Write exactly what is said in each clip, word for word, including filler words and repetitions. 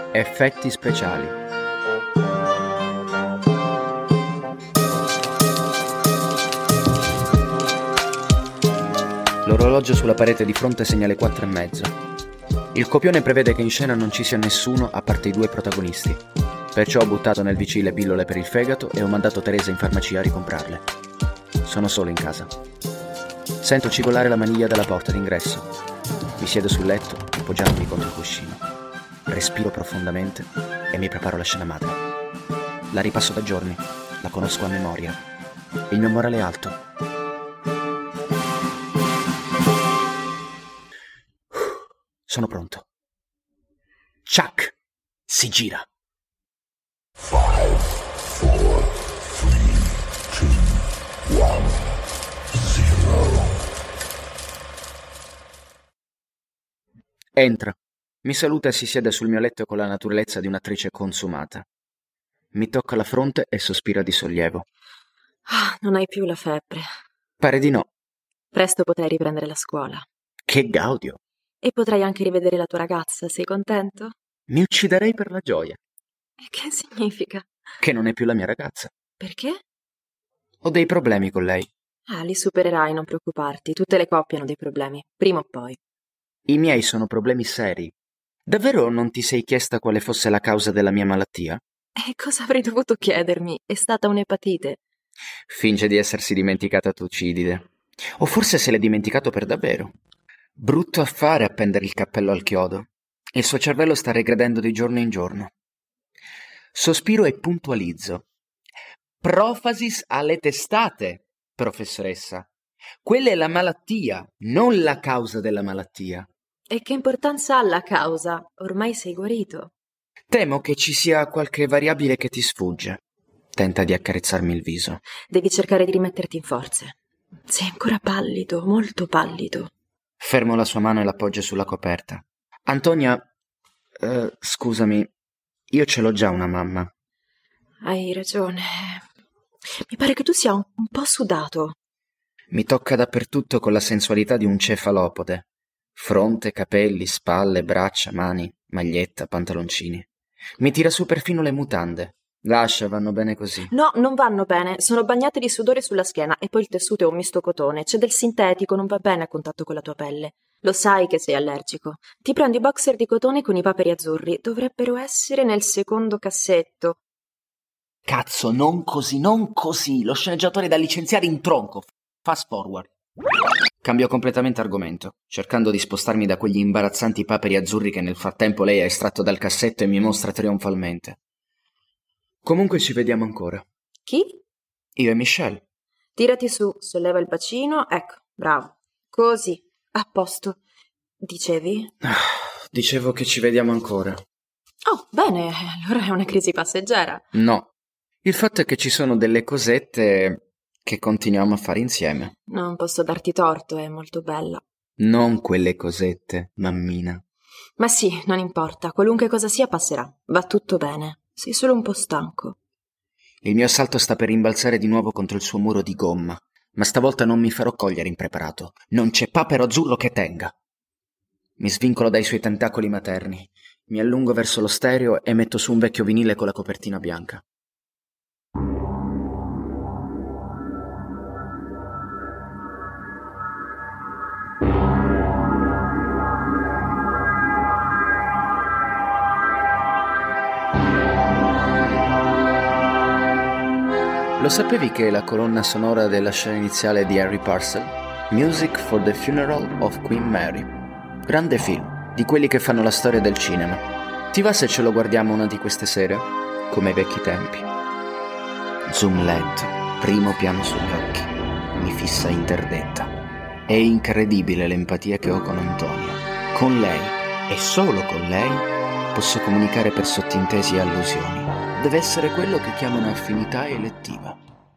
Effetti speciali. L'orologio sulla parete di fronte segna le quattro e mezzo. Il copione prevede che in scena non ci sia nessuno a parte i due protagonisti. Perciò ho buttato nel V C le pillole per il fegato e ho mandato Teresa in farmacia a ricomprarle. Sono solo in casa. Sento cigolare la maniglia della porta d'ingresso. Mi siedo sul letto, appoggiandomi contro il cuscino. Respiro profondamente e mi preparo la scena madre. La ripasso da giorni, la conosco a memoria. Il mio morale è alto. Sono pronto. Chuck si gira. five, four, three, two, one, zero. Entra. Mi saluta e si siede sul mio letto con la naturalezza di un'attrice consumata. Mi tocca la fronte e sospira di sollievo. Ah, non hai più la febbre. Pare di no. Presto potrai riprendere la scuola. Che gaudio! E potrai anche rivedere la tua ragazza, sei contento? Mi ucciderei per la gioia. E che significa? Che non è più la mia ragazza. Perché? Ho dei problemi con lei. Ah, li supererai, non preoccuparti. Tutte le coppie hanno dei problemi, prima o poi. I miei sono problemi seri. Davvero non ti sei chiesta quale fosse la causa della mia malattia? E cosa avrei dovuto chiedermi? È stata un'epatite. Finge di essersi dimenticata Tucidide. O forse se l'è dimenticato per davvero. Brutto affare appendere il cappello al chiodo. Il suo cervello sta regredendo di giorno in giorno. Sospiro e puntualizzo. Profasis alle testate, professoressa. Quella è la malattia, non la causa della malattia. E che importanza ha la causa? Ormai sei guarito. Temo che ci sia qualche variabile che ti sfugge. Tenta di accarezzarmi il viso. Devi cercare di rimetterti in forze. Sei ancora pallido, molto pallido. Fermo la sua mano e l'appoggio sulla coperta. Antonia, eh, scusami, io ce l'ho già una mamma. Hai ragione. Mi pare che tu sia un, un po' sudato. Mi tocca dappertutto con la sensualità di un cefalopode. Fronte, capelli, spalle, braccia, mani, maglietta, pantaloncini. Mi tira su perfino le mutande. Lascia, vanno bene così. No, non vanno bene. Sono bagnate di sudore sulla schiena e poi il tessuto è un misto cotone. C'è del sintetico, non va bene a contatto con la tua pelle. Lo sai che sei allergico. Ti prendi i boxer di cotone con i paperi azzurri. Dovrebbero essere nel secondo cassetto. Cazzo, non così, non così. Lo sceneggiatore è da licenziare in tronco. Fast forward. Cambio completamente argomento, cercando di spostarmi da quegli imbarazzanti paperi azzurri che nel frattempo lei ha estratto dal cassetto e mi mostra trionfalmente. Comunque ci vediamo ancora. Chi? Io e Michelle. Tirati su, solleva il bacino, ecco, bravo. Così, a posto. Dicevi? Ah, dicevo che ci vediamo ancora. Oh, bene, allora è una crisi passeggera. No, il fatto è che ci sono delle cosette che continuiamo a fare insieme. Non posso darti torto, è molto bella. Non quelle cosette, mammina. Ma sì, non importa, qualunque cosa sia passerà. Va tutto bene. Sei solo un po' stanco. Il mio assalto sta per rimbalzare di nuovo contro il suo muro di gomma, ma stavolta non mi farò cogliere impreparato. Non c'è papero azzurro che tenga. Mi svincolo dai suoi tentacoli materni, mi allungo verso lo stereo e metto su un vecchio vinile con la copertina bianca. Lo sapevi che la colonna sonora della scena iniziale di Harry Parcel? Music for the Funeral of Queen Mary. Grande film, di quelli che fanno la storia del cinema. Ti va se ce lo guardiamo una di queste sere? Come ai vecchi tempi. Zoom lento, primo piano sugli occhi. Mi fissa interdetta. È incredibile l'empatia che ho con Antonia. Con lei, e solo con lei, posso comunicare per sottintesi e allusioni. Deve essere quello che chiamano affinità elettiva.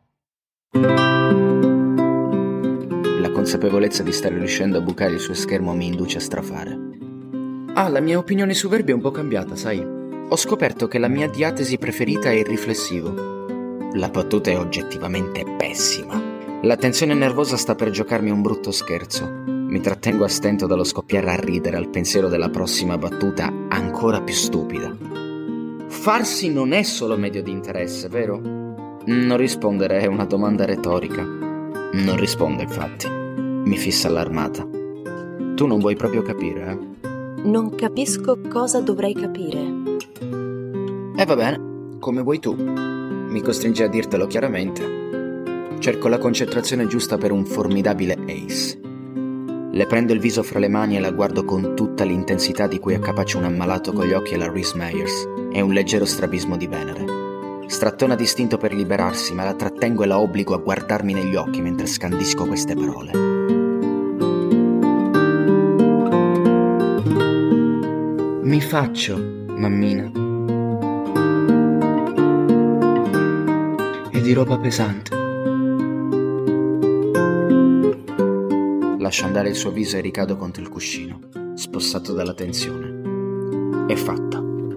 La consapevolezza di stare riuscendo a bucare il suo schermo mi induce a strafare. Ah, la mia opinione su verbi è un po' cambiata, sai? Ho scoperto che la mia diatesi preferita è il riflessivo. La battuta è oggettivamente pessima. La tensione nervosa sta per giocarmi un brutto scherzo. Mi trattengo a stento dallo scoppiare a ridere al pensiero della prossima battuta ancora più stupida. Farsi non è solo medio di interesse, vero? Non rispondere è una domanda retorica. Non risponde, infatti. Mi fissa allarmata. Tu non vuoi proprio capire, eh? Non capisco cosa dovrei capire. E eh, va bene, come vuoi tu. Mi costringi a dirtelo chiaramente. Cerco la concentrazione giusta per un formidabile ace. Le prendo il viso fra le mani e la guardo con tutta l'intensità di cui è capace un ammalato con gli occhi alla Rhys Meyers e un leggero strabismo di Venere. Strattona d'istinto per liberarsi, ma la trattengo e la obbligo a guardarmi negli occhi mentre scandisco queste parole. Mi faccio, mammina. E di roba pesante. Lascio andare il suo viso e ricado contro il cuscino, spossato dalla tensione. È fatta.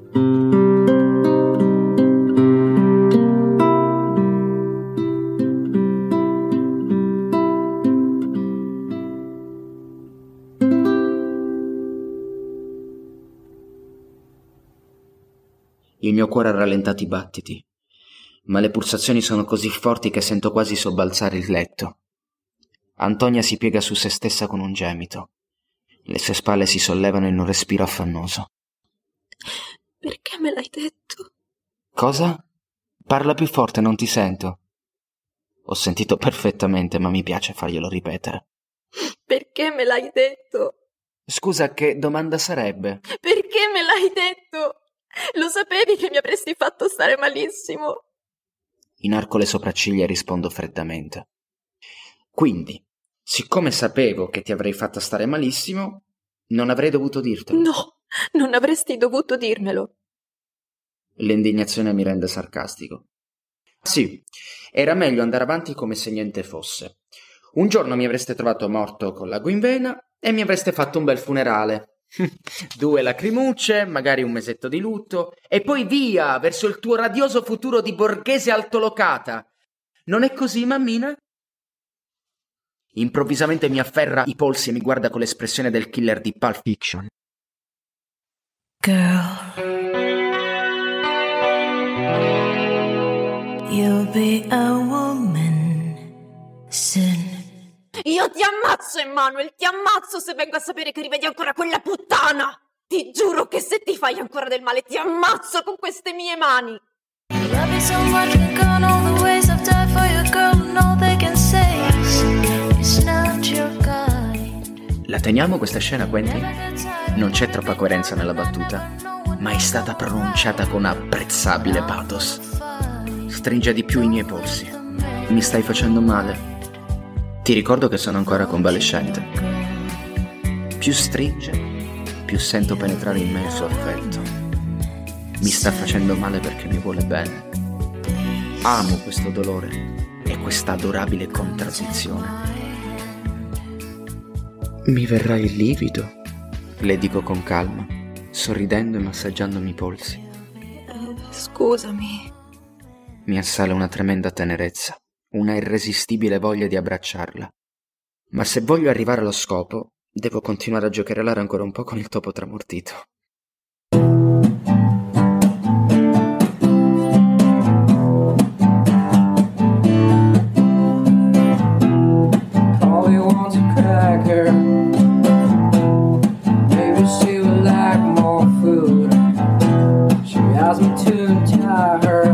Il mio cuore ha rallentato i battiti, ma le pulsazioni sono così forti che sento quasi sobbalzare il letto. Antonia si piega su se stessa con un gemito. Le sue spalle si sollevano in un respiro affannoso. Perché me l'hai detto? Cosa? Parla più forte, non ti sento. Ho sentito perfettamente, ma mi piace farglielo ripetere. Perché me l'hai detto? Scusa, che domanda sarebbe? Perché me l'hai detto? Lo sapevi che mi avresti fatto stare malissimo? Inarco le sopracciglia e rispondo freddamente. Quindi, siccome sapevo che ti avrei fatta stare malissimo, non avrei dovuto dirtelo. No, non avresti dovuto dirmelo. L'indignazione mi rende sarcastico. Sì, era meglio andare avanti come se niente fosse. Un giorno mi avreste trovato morto con l'ago in vena e mi avreste fatto un bel funerale. Due lacrimucce, magari un mesetto di lutto, e poi via, verso il tuo radioso futuro di borghese altolocata. Non è così, mammina? Improvvisamente mi afferra i polsi e mi guarda con l'espressione del killer di Pulp Fiction. Girl, you'll be a woman soon. Io ti ammazzo, Emmanuel, ti ammazzo se vengo a sapere che rivedi ancora quella puttana! Ti giuro che se ti fai ancora del male ti ammazzo con queste mie mani! Love you so much, we've gone all the ways I've died for your girl, and all they can say is it's not your kind. La teniamo questa scena, Quentin? Non c'è troppa coerenza nella battuta, ma è stata pronunciata con apprezzabile pathos. Stringe di più i miei polsi. Mi stai facendo male. Ti ricordo che sono ancora convalescente. Più stringe, più sento penetrare in me il suo affetto. Mi sta facendo male perché mi vuole bene. Amo questo dolore e questa adorabile contraddizione. Mi verrà il livido, le dico con calma, sorridendo e massaggiandomi i polsi. Eh, scusami. Mi assale una tremenda tenerezza. Una irresistibile voglia di abbracciarla. Ma se voglio arrivare allo scopo, devo continuare a giocherellare ancora un po' con il topo tramortito. All he wants a cracker. Maybe she would like more food. She asked me to untie her.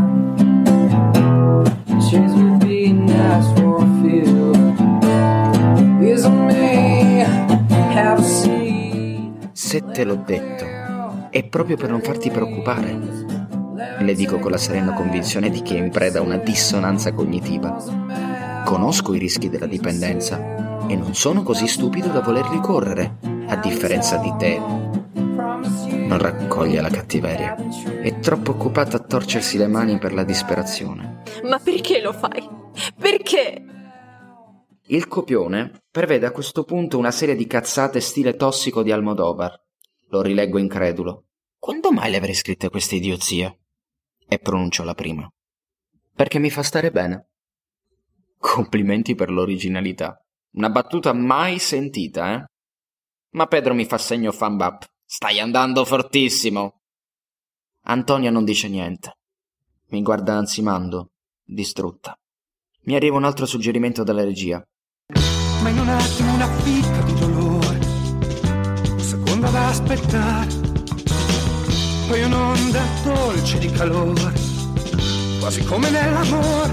She's with me nice for a few. Isn't me have seen. Se te l'ho detto, è proprio per non farti preoccupare. Le dico con la serena convinzione di chi è in preda a una dissonanza cognitiva. Conosco i rischi della dipendenza e non sono così stupido da volerli correre, a differenza di te. Non raccoglie la cattiveria. È troppo occupata a torcersi le mani per la disperazione. Ma perché lo fai? Perché? Il copione prevede a questo punto una serie di cazzate stile tossico di Almodovar. Lo rileggo incredulo. Quando mai le avrei scritte queste idiozie? E pronuncio la prima. Perché mi fa stare bene. Complimenti per l'originalità. Una battuta mai sentita, eh? Ma Pedro mi fa segno thumb up. Stai andando fortissimo. Antonia non dice niente. Mi guarda ansimando, distrutta. Mi arriva un altro suggerimento dalla regia. Ma in un attimo una fitta di dolore, un secondo da aspettare, poi un'onda dolce di calore, quasi come nell'amore,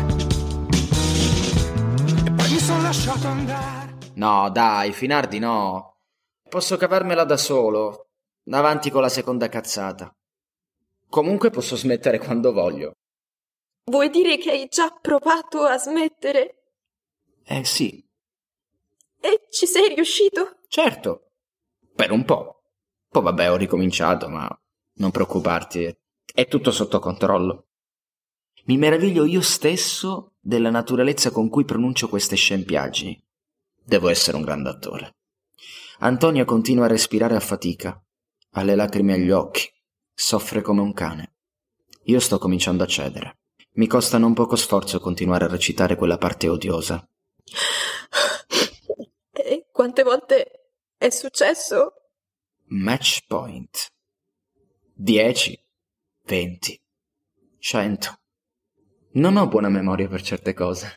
e poi mi sono lasciato andare. No, dai, Finardi no. Posso cavarmela da solo. Avanti con la seconda cazzata. Comunque posso smettere quando voglio. Vuoi dire che hai già provato a smettere? Eh sì. E ci sei riuscito? Certo. Per un po'. Poi vabbè, ho ricominciato, ma non preoccuparti, è tutto sotto controllo. Mi meraviglio io stesso della naturalezza con cui pronuncio queste scempiaggini. Devo essere un grande attore. Antonia continua a respirare a fatica, ha le lacrime agli occhi, soffre come un cane. Io sto cominciando a cedere. Mi costa non poco sforzo continuare a recitare quella parte odiosa. E quante volte è successo? Match point. Dieci, venti, cento. Non ho buona memoria per certe cose.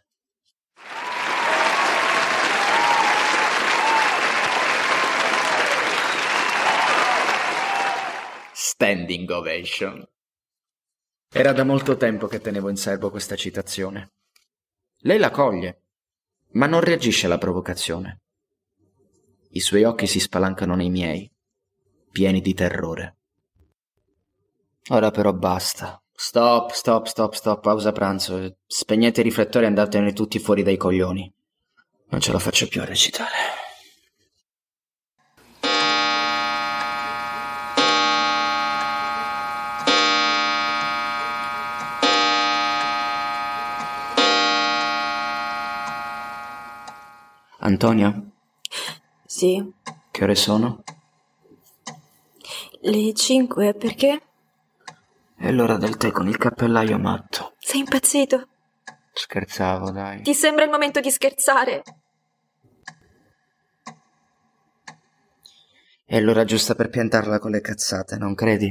Standing ovation. Era da molto tempo che tenevo in serbo questa citazione. Lei la coglie, ma non reagisce alla provocazione. I suoi occhi si spalancano nei miei, pieni di terrore. Ora però basta. Stop, stop, stop, stop, pausa pranzo. Spegnete i riflettori e andatene tutti fuori dai coglioni. Non ce la faccio più a recitare. Antonia? Sì. Che ore sono? Le cinque, perché? È l'ora del tè con il cappellaio matto. Sei impazzito? Scherzavo, dai. Ti sembra il momento di scherzare? È l'ora giusta per piantarla con le cazzate, non credi?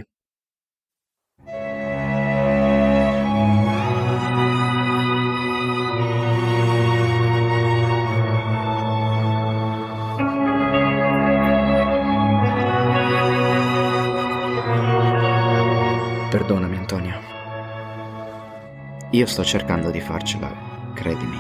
Perdonami, Antonia. Io sto cercando di farcela, credimi.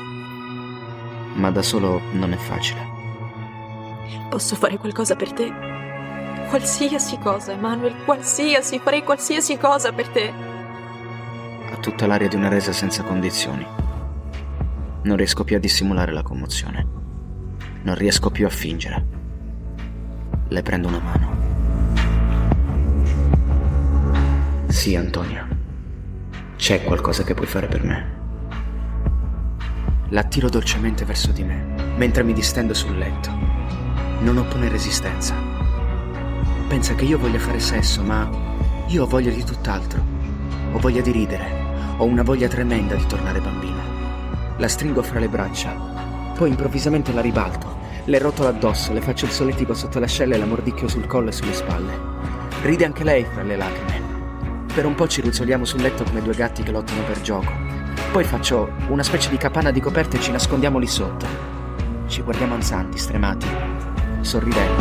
Ma da solo non è facile. Posso fare qualcosa per te? Qualsiasi cosa, Emanuel, qualsiasi, farei qualsiasi cosa per te. Ha tutta l'aria di una resa senza condizioni. Non riesco più a dissimulare la commozione. Non riesco più a fingere. Le prendo una mano. Sì, Antonia. C'è qualcosa che puoi fare per me. L'attiro dolcemente verso di me, mentre mi distendo sul letto. Non oppone resistenza. Pensa che io voglia fare sesso, ma io ho voglia di tutt'altro. Ho voglia di ridere. Ho una voglia tremenda di tornare bambina. La stringo fra le braccia, poi improvvisamente la ribalto. Le rotolo addosso, le faccio il solletico sotto l'ascella e la mordicchio sul collo e sulle spalle. Ride anche lei fra le lacrime. Per un po' ci ruzzoliamo sul letto come due gatti che lottano per gioco. Poi faccio una specie di capanna di coperte e ci nascondiamo lì sotto. Ci guardiamo ansanti, stremati, sorridendo.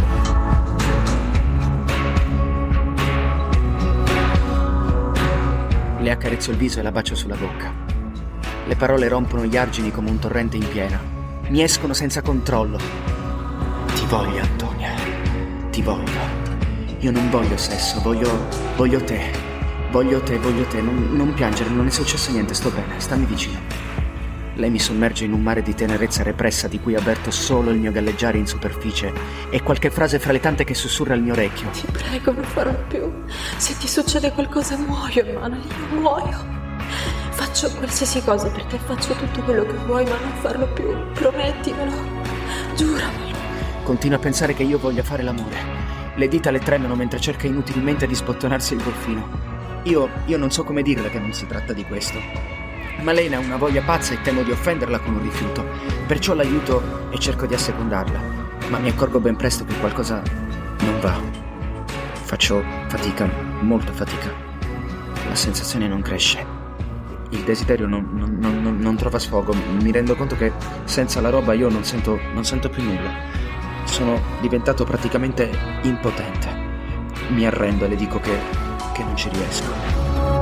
Le accarezzo il viso e la bacio sulla bocca. Le parole rompono gli argini come un torrente in piena. Mi escono senza controllo. Ti voglio, Antonia. Ti voglio. Io non voglio sesso, voglio... voglio te. Voglio te, voglio te, non, non piangere, non è successo niente, sto bene, stammi vicino. Lei mi sommerge in un mare di tenerezza repressa di cui avverto solo il mio galleggiare in superficie e qualche frase fra le tante che sussurra al mio orecchio. Ti prego, non farò più. Se ti succede qualcosa muoio, Emanuele, io muoio. Faccio qualsiasi cosa per te, faccio tutto quello che vuoi, ma non farlo più. Promettimelo, giuramelo. Continua a pensare che io voglia fare l'amore. Le dita le tremano mentre cerca inutilmente di sbottonarsi il golfino. Io, io non so come dirle che non si tratta di questo. Ma lei ne ha una voglia pazza e temo di offenderla con un rifiuto. Perciò l'aiuto e cerco di assecondarla. Ma mi accorgo ben presto che qualcosa non va. Faccio fatica, molta fatica. La sensazione non cresce. Il desiderio non, non, non, non trova sfogo. Mi rendo conto che senza la roba io non sento, non sento più nulla. Sono diventato praticamente impotente. Mi arrendo e le dico che, che non ci riesco.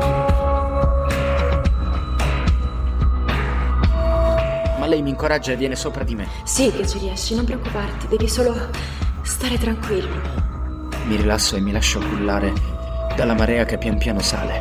Ma lei mi incoraggia e viene sopra di me. Sì che ci riesci, non preoccuparti, devi solo stare tranquillo. Mi rilasso e mi lascio cullare dalla marea che pian piano sale.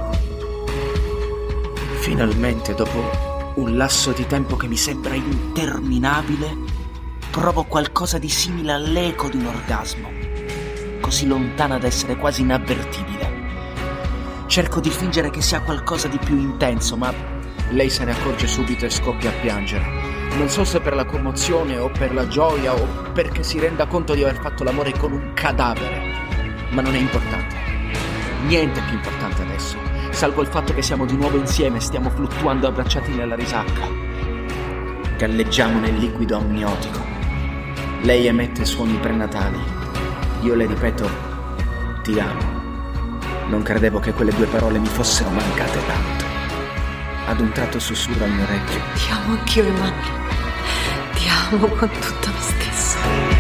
Finalmente, dopo un lasso di tempo che mi sembra interminabile, provo qualcosa di simile all'eco di un orgasmo, così lontana da essere quasi inavvertibile. Cerco di fingere che sia qualcosa di più intenso, ma lei se ne accorge subito e scoppia a piangere. Non so se per la commozione o per la gioia o perché si renda conto di aver fatto l'amore con un cadavere. Ma non è importante. Niente è più importante adesso, salvo il fatto che siamo di nuovo insieme e stiamo fluttuando abbracciati nella risacca. Galleggiamo nel liquido amniotico. Lei emette suoni prenatali. Io le ripeto, ti amo. Non credevo che quelle due parole mi fossero mancate tanto. Ad un tratto sussurra al mio orecchio. Ti amo anch'io, Emanuele. Ti amo con tutto me stesso.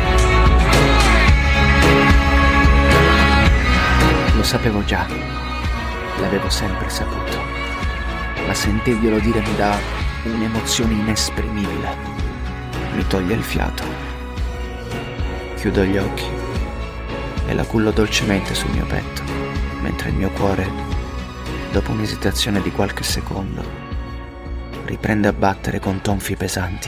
Lo sapevo già. L'avevo sempre saputo. Ma sentirglielo dire mi dà un'emozione inesprimibile. Mi toglie il fiato. Chiudo gli occhi e la cullo dolcemente sul mio petto, mentre il mio cuore, dopo un'esitazione di qualche secondo, riprende a battere con tonfi pesanti.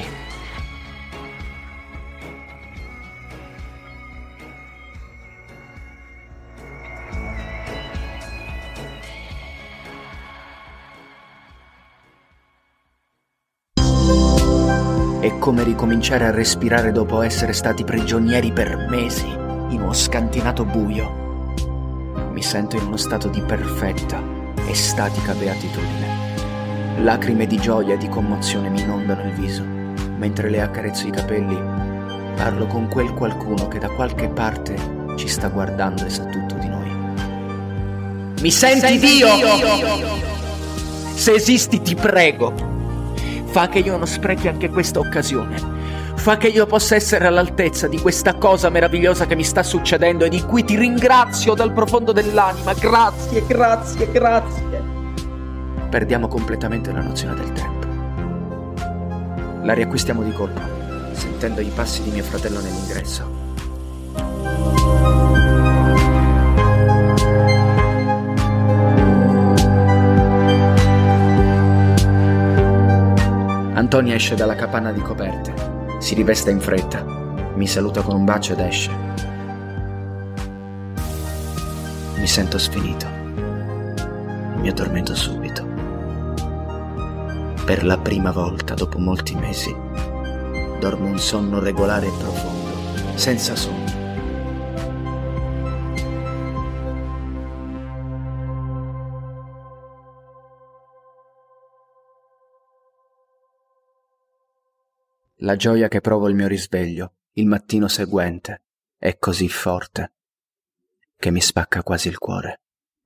È come ricominciare a respirare dopo essere stati prigionieri per mesi in uno scantinato buio. Mi sento in uno stato di perfetta, estatica beatitudine. Lacrime di gioia e di commozione mi inondano il viso, mentre le accarezzo i capelli, parlo con quel qualcuno che da qualche parte ci sta guardando e sa tutto di noi. Mi senti, Dio? Se esisti, ti prego, fa che io non sprechi anche questa occasione. Fa che io possa essere all'altezza di questa cosa meravigliosa che mi sta succedendo e di cui ti ringrazio dal profondo dell'anima. Grazie, grazie, grazie. Perdiamo completamente la nozione del tempo. La riacquistiamo di colpo, sentendo i passi di mio fratello nell'ingresso. Antonia esce dalla capanna di coperte. Si riveste in fretta, mi saluta con un bacio ed esce. Mi sento sfinito. Mi addormento subito. Per la prima volta dopo molti mesi dormo un sonno regolare e profondo, senza sogni. La gioia che provo al mio risveglio, il mattino seguente, è così forte che mi spacca quasi il cuore.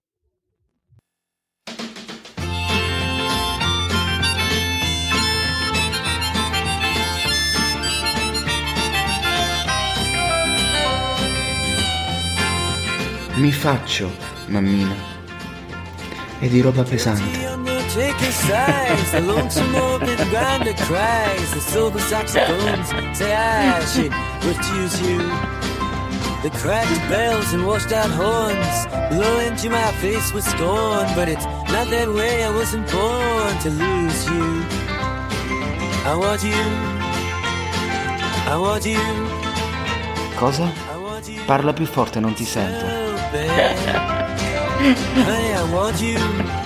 Mi faccio, mammina, e di roba pesante. Taking sides, the lonesome open grinder cries, the silver saxophones say I should refuse you. The cracked bells and washed out horns blow into my face with scorn, but it's not that way, I wasn't born to lose you. I want you, I want you. Cosa? Parla più forte, non ti sento. Honey, I want you.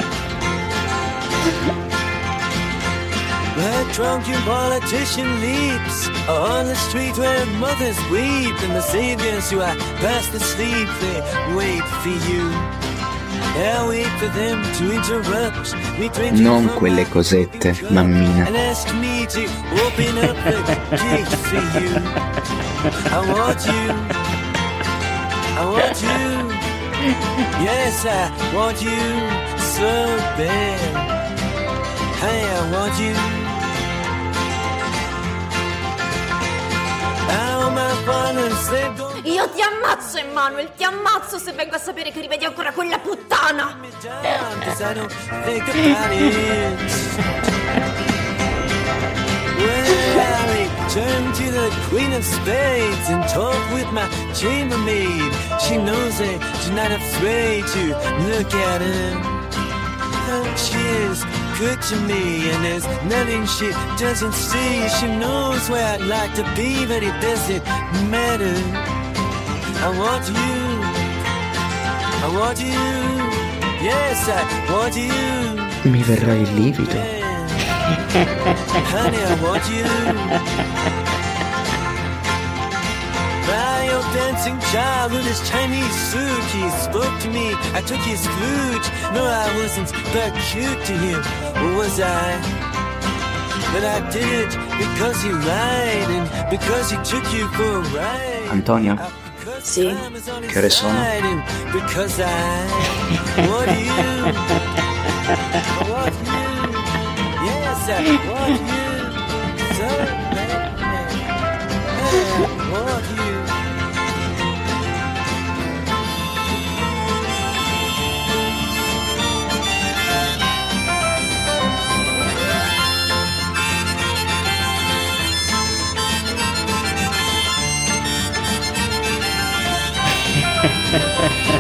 My drunken politician leaps on the street where mothers weep, and the saviors who are past asleep, they wait for you. I wait for them to interrupt me drinking Non from quelle my cosette, cup mammina. and ask me to open up the gate for you. I want you. I want you. Yes, I want you so bad. Hey, I want you. How my father's they go Io ti ammazzo, Emanuel, ti ammazzo se vengo a sapere che rivedi ancora quella puttana! down, 'cause I don't think about it. Well, I turn to the Queen of Spades and talk with my chambermaid. She knows that she's not afraid to look at her. She is good to me, and there's nothing she doesn't see. She knows where I'd like to be, but it doesn't matter. I want you. I want you. Yes, I want you. Mi verrà il livido. Honey, I want you. By your dancing child with his Chinese suit, he spoke to me. I took his flute. No, I wasn't that cute to him, or was I? But I did it because he lied and because he took you for a ride. Antonio? Sì. Che ore sono? Because I want you. I want you. Yes, I want you so bad. I want you. Ha ha ha.